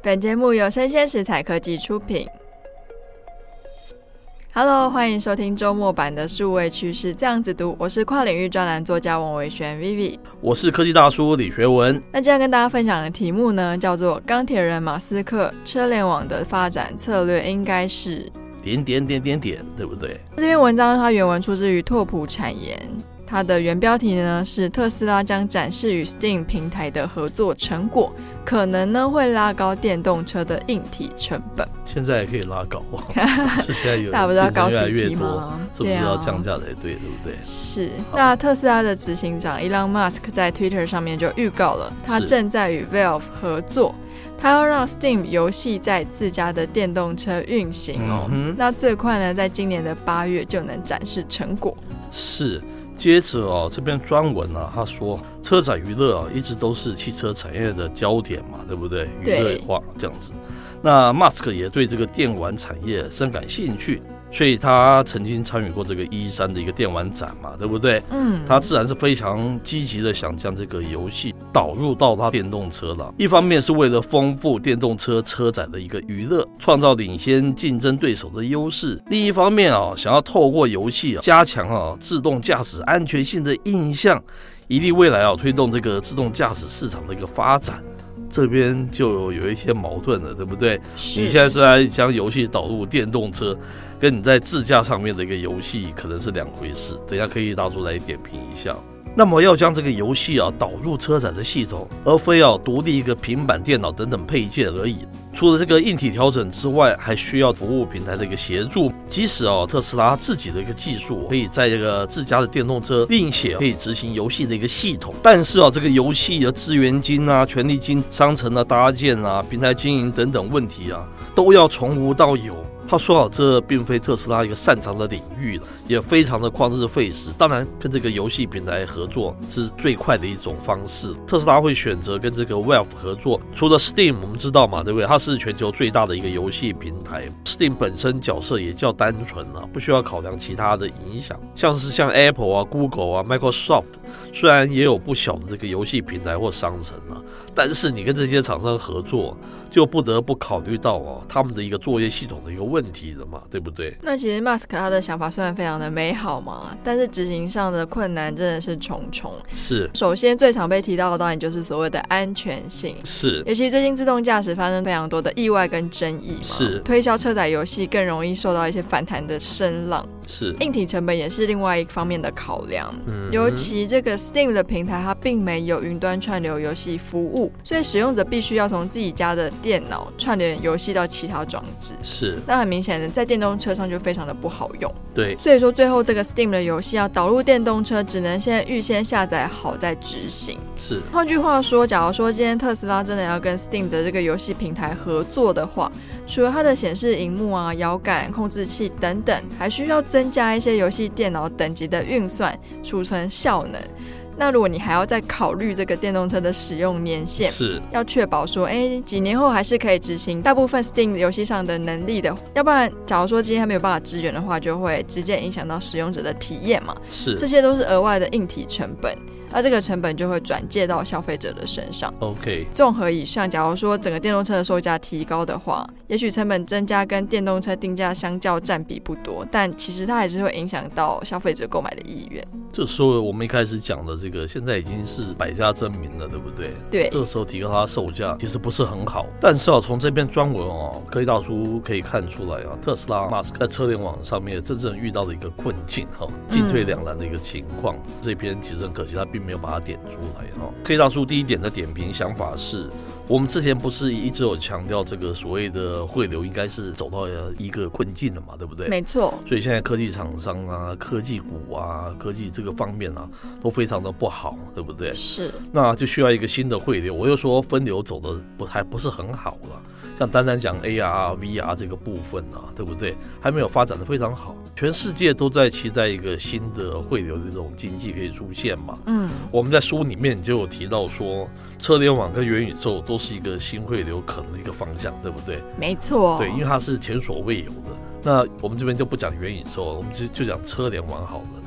本节目由生鲜食材科技出品。Hello， 欢迎收听周末版的数位趋势这样子读，我是跨领域专栏作家王维璇 Vivi， 我是科技大叔李学文。 那今天跟大家分享的题目呢，叫做钢铁人马斯克车联网的发展策略应该是点点点点点，对不对？ 这篇文章它原文出自于拓扑产研，它的原标题呢是特斯拉将展示与 Steam 平台的合作成果，可能呢会拉高电动车的硬体成本。 现在也可以拉高是现在有大家不是要高竞争越来越 CP 多吗？ 是不是要降价才对，对不对？ 是。那特斯拉的执行长 Elon Musk 在 Twitter 上面就预告了，他正在与 Valve 合作，他要让 Steam 游戏在自家的电动车运行哦。那最快呢，在今年的8月就能展示成果。 是。接着这篇专文他说车载娱乐一直都是汽车产业的焦点嘛，对不对？娱乐化这样子。那 Musk 也对这个电玩产业深感兴趣，所以他曾经参与过这个E3的一个电玩展嘛，对不对？他自然是非常积极的想将这个游戏导入到他电动车了。一方面是为了丰富电动车车载的一个娱乐，创造领先竞争对手的优势；另一方面想要透过游戏加强自动驾驶安全性的印象，以利未来推动这个自动驾驶市场的一个发展。这边就有一些矛盾了，对不对？你现在是在将游戏导入电动车，跟你在自驾上面的一个游戏可能是两回事。等一下可以大叔来点评一下。那么要将这个游戏导入车载的系统，而非独立一个平板电脑等等配件而已。除了这个硬体调整之外，还需要服务平台的一个协助。即使特斯拉自己的一个技术可以在这个自家的电动车，并且可以执行游戏的一个系统，但是这个游戏的资源金权利金、商城的搭建平台经营等等问题都要从无到有。他说这并非特斯拉一个擅长的领域，也非常的旷日费时。当然跟这个游戏平台合作是最快的一种方式。特斯拉会选择跟这个 Valve 合作，除了 Steam 我们知道嘛，对不对？它是全球最大的一个游戏平台。Steam 本身角色也较单纯不需要考量其他的影响，像 Apple Google Microsoft 虽然也有不小的这个游戏平台或商城但是你跟这些厂商合作，就不得不考虑到他们的一个作业系统的一个问题了嘛，对不对？ 那其实 Musk 他的想法虽然非常的美好嘛，但是执行上的困难真的是重重。 是， 首先最常被提到的当然就是所谓的安全性。 是， 尤其最近自动驾驶发生非常多的意外跟争议嘛， 是， 推销车载游戏更容易受到一些反弹的声浪。 是， 硬体成本也是另外一方面的考量。尤其这个 Steam 的平台它并没有云端串流游戏服务，所以使用者必须要从自己家的电脑串联游戏到其他装置。 是， 那很明显的在电动车上就非常的不好用。 对， 所以说最后这个 Steam 的游戏要导入电动车，只能预先下载好再执行。 是， 换句话说，假如说今天特斯拉真的要跟 Steam 的这个游戏平台合作的话，除了它的显示萤幕摇杆、控制器等等，还需要增加一些游戏电脑等级的运算、储存效能。那如果你还要再考虑这个电动车的使用年限， 是要确保说几年后还是可以执行大部分 Steam 游戏上的能力的，要不然假如说今天还没有办法支援的话，就会直接影响到使用者的体验嘛。 是， 这些都是额外的硬体成本，那这个成本就会转介到消费者的身上。 OK， 综合以上，假如说整个电动车的售价提高的话，也许成本增加跟电动车定价相较占比不多，但其实它还是会影响到消费者购买的意愿。 这时候我们一开始讲的这个现在已经是百家争鸣了，对不对？ 对， 这个时候提高它的售价其实不是很好。但是从这篇专文科技大叔可以看出来特斯拉 Musk 在车联网上面真正遇到的一个困境进退两难的一个情况。这篇其实很可惜他并没有把它点出来科技大叔第一点的点评想法是，我们之前不是一直有强调这个所谓的汇流应该是走到一个困境了嘛，对不对？ 没错。 所以现在科技厂商科技股科技这个方面都非常的不好，对不对？ 是。 那就需要一个新的汇流。我又说分流走的还不是很好了，像单单讲 AR、VR 这个部分对不对？还没有发展的非常好。全世界都在期待一个新的汇流的这种经济可以出现嘛。我们在书里面就有提到说，车联网跟元宇宙都是一个新汇流可能的一个方向，对不对？ 没错。 对，因为它是前所未有的。那我们这边就不讲元宇宙，我们就讲车联网好了。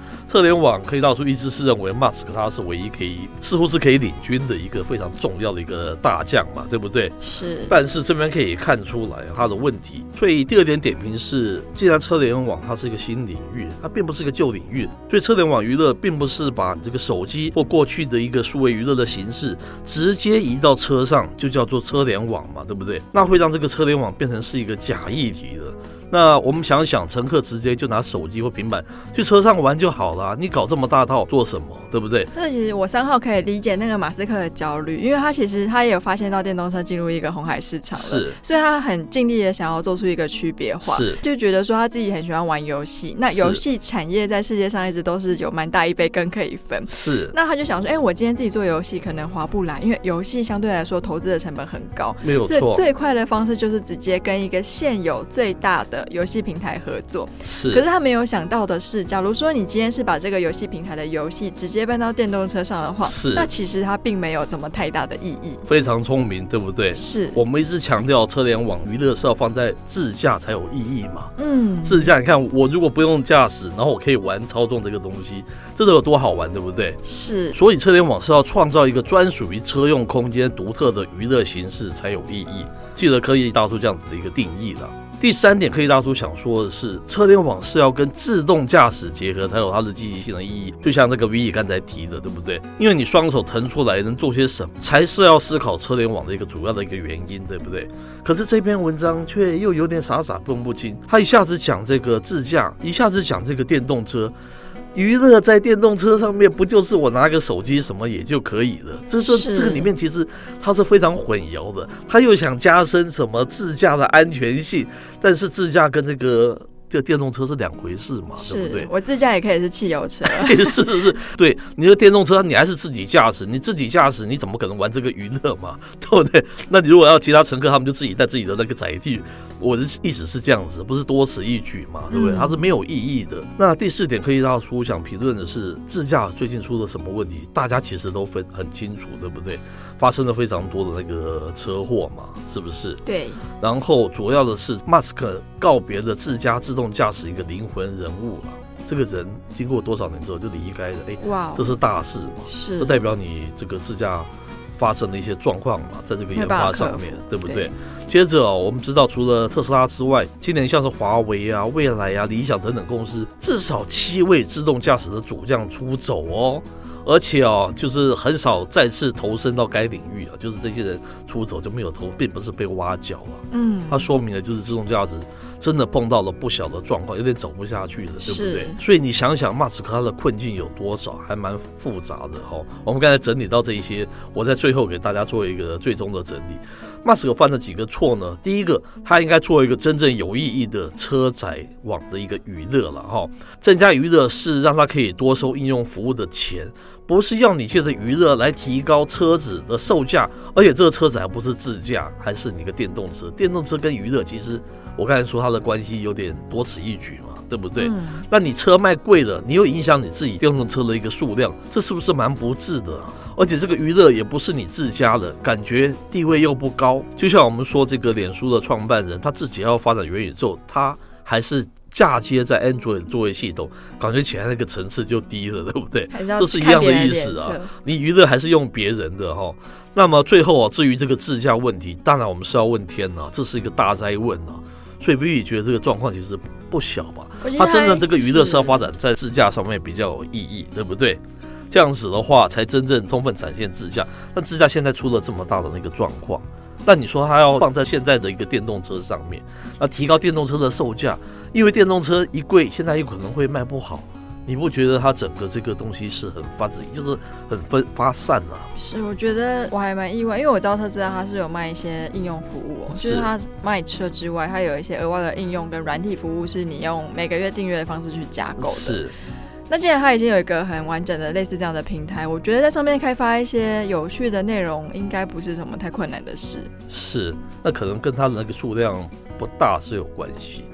车联网科技大叔一直是认为 Musk 他是唯一似乎是可以领军的一个非常重要的一个大将嘛，对不对？ 是。 但是这边可以看出来他的问题。所以第二点点评是，既然车联网它是一个新领域，它并不是一个旧领域，所以车联网娱乐并不是把这个手机或过去的一个数位娱乐的形式直接移到车上，就叫做车联网嘛，对不对？那会让这个车联网变成是一个假议题的。那我们想想，乘客直接就拿手机或平板去车上玩就好了，你搞这么大套做什么，对不对？ 所以其实我3号可以理解那个马斯克的焦虑，因为他其实他也有发现到电动车进入一个红海市场了， 是， 所以他很尽力的想要做出一个区别化， 是， 就觉得说他自己很喜欢玩游戏，那游戏产业在世界上一直都是有蛮大一杯羹可以分， 是， 那他就想说，我今天自己做游戏可能划不来，因为游戏相对来说投资的成本很高， 没有错， 所以最快的方式就是直接跟一个现有最大的游戏平台合作。 是， 可是他没有想到的是，假如说你今天是把这个游戏平台的游戏直接搬到电动车上的话，那其实它并没有怎么太大的意义。 非常聪明，对不对？ 是，我们一直强调车联网娱乐是要放在自驾才有意义嘛。自驾，你看我如果不用驾驶，然后我可以玩操纵这个东西，这都有多好玩，对不对？ 是， 所以车联网是要创造一个专属于车用空间独特的娱乐形式才有意义。记得科技大叔这样子的一个定义了。第3点，科技大叔想说的是，车联网是要跟自动驾驶结合才有它的积极性的意义，就像那个 V 刚才提的，对不对？因为你双手腾出来能做些什么，才是要思考车联网的一个主要的一个原因，对不对？可是这篇文章却又有点傻傻分不清，他一下子讲这个自驾，一下子讲这个电动车。娱乐在电动车上面不就是我拿个手机什么也就可以了？这个里面其实它是非常混淆的，他又想加深什么自驾的安全性，但是自驾跟这个电动车是两回事嘛，对不对？ 我自驾也可以是汽油车， 是，对，你的电动车你还是自己驾驶，你自己驾驶你怎么可能玩这个娱乐嘛，对不对？那你如果要其他乘客，他们就自己带自己的那个载具。我的意思是这样子，不是多此一举嘛，对不对？它是没有意义的。那第4点，科技大叔想评论的是自驾最近出了什么问题，大家其实都很清楚，对不对？发生了非常多的那个车祸嘛，是不是？ 对。然后主要的是马斯克告别了自家自动驾驶一个灵魂人物了。这个人经过多少年之后就离开了，哇，这是大事嘛？是，这代表你这个自驾发生了一些状况嘛，在这个研发上面，对不对？接着我们知道除了特斯拉之外，今年像是华为啊、蔚来啊、理想等等公司，至少7位自动驾驶的主将出走哦。而且就是很少再次投身到该领域啊，就是这些人出走就没有并不是被挖角了。它说明了就是自动驾驶真的碰到了不小的状况，有点走不下去了，对不对？所以你想想马斯克他的困境有多少，还蛮复杂的我们刚才整理到这一些，我在最后给大家做一个最终的整理。马斯克犯了几个错呢？第一个，他应该做一个真正有意义的车载网的一个娱乐了增加娱乐是让他可以多收应用服务的钱，不是要你借着娱乐来提高车子的售价，而且这个车子还不是自驾，还是你个电动车。电动车跟娱乐其实我刚才说它的关系有点多此一举嘛，对不对？那你车卖贵了，你又影响你自己电动车的一个数量，这是不是蛮不智的？而且这个娱乐也不是你自家的，感觉地位又不高。就像我们说这个脸书的创办人，他自己要发展元宇宙，他还是嫁接在 Android 的作业系统，感觉起来那个层次就低了，对不对？这是一样的意思啊。你娱乐还是用别人的那么最后至于这个自驾问题，当然我们是要问天啊，这是一个大哉问啊。所以 Vivi 觉得这个状况其实不小吧？他真的这个娱乐是要发展在自驾上面比较有意义，对不对？这样子的话才真正充分展现自驾。但自驾现在出了这么大的那个状况，那你说他要放在现在的一个电动车上面，那提高电动车的售价，因为电动车一贵，现在有可能会卖不好。你不觉得它整个这个东西是很就是很发散啊？ 是，我觉得我还蛮意外，因为我知道特斯拉它是有卖一些应用服务就是它卖车之外，它有一些额外的应用跟软体服务是你用每个月订阅的方式去加购的。是。那既然它已经有一个很完整的类似这样的平台，我觉得在上面开发一些有趣的内容应该不是什么太困难的事。 是，那可能跟它的那个数量不大是有关系。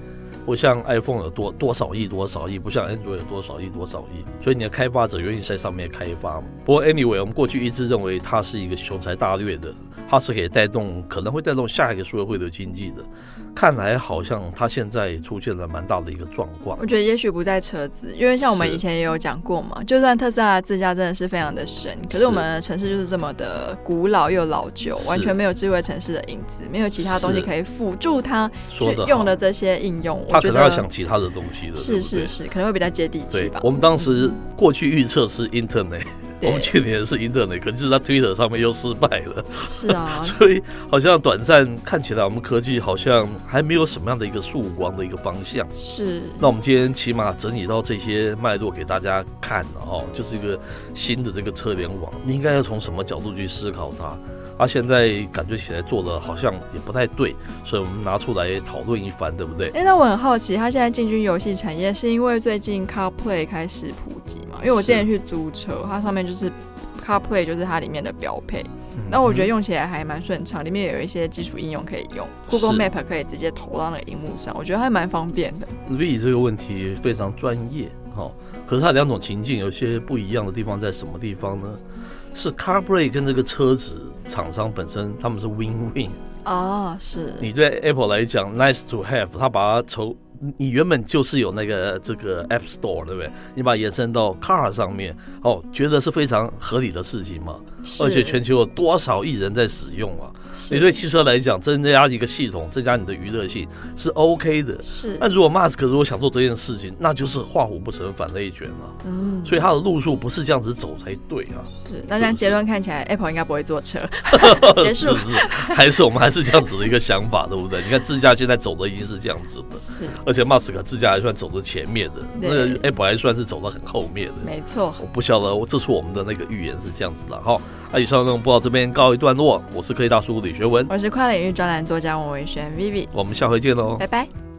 不像 iPhone 有多少亿，不像 Android 有多少亿，所以你的开发者愿意在上面开发嘛。不过 anyway， 我们过去一直认为它是一个雄才大略的，它是可以可能会带动下一个数位汇流经济的。看来好像它现在出现了蛮大的一个状况。 我觉得也许不在车子，因为像我们以前也有讲过嘛，就算特斯拉的自驾真的是非常的神，可是我们的城市就是这么的古老又老旧，完全没有智慧城市的影子，没有其他东西可以辅助它去用的这些应用。 他可能要想其他的东西了， 是，可能会比较接地气吧。 我们当时过去预测是 Internet。我们去年是 Internet， 可是在 Twitter 上面又失败了。 是啊， 所以好像短暂看起来，我们科技好像还没有什么样的一个曙光的一个方向。 是。 那我们今天起码整理到这些脉络给大家看哦，就是一个新的这个车联网，你应该要从什么角度去思考它？现在感觉起来做的好像也不太对，所以我们拿出来讨论一番，对不对？ 那我很好奇，他现在进军游戏产业是因为最近 CarPlay 开始普及嘛？因为我之前去租车，它上面就是 CarPlay 就是它里面的标配。那我觉得用起来还蛮顺畅，里面有一些基础应用可以用 ，Google Map 可以直接投到那个荧幕上，我觉得还蛮方便的。 V 这个问题非常专业，可是它两种情境有些不一样的地方在什么地方呢？是 CarPlay 跟这个车子厂商本身他们是 win-win 是你对 Apple 来讲 nice to have， 它把它你原本就是有这个 App Store， 对不对？你把它延伸到 Car 上面，觉得是非常合理的事情嘛。而且全球有多少亿人在使用啊？你对汽车来讲，增加一个系统，增加你的娱乐性是 OK 的。 是。 但如果 Musk 如果想做这件事情，那就是画虎不成反类犬了。所以他的路数不是这样子走才对啊。 是。那这样结论看起来 ，Apple 应该不会做车。结束。 是我们还是这样子的一个想法，对不对？你看自驾现在走的已经是这样子的。 是。 而且 Musk 自驾还算走的前面的，那个 Apple 还算是走的很后面的。 没错。 我不晓得，这次我们的那个预言是这样子的哈。以上内容播到这边告一段落，我是科技大叔李学文， 我是跨领域专栏作家王维轩 Vivi， 我们下回见喽， 拜拜。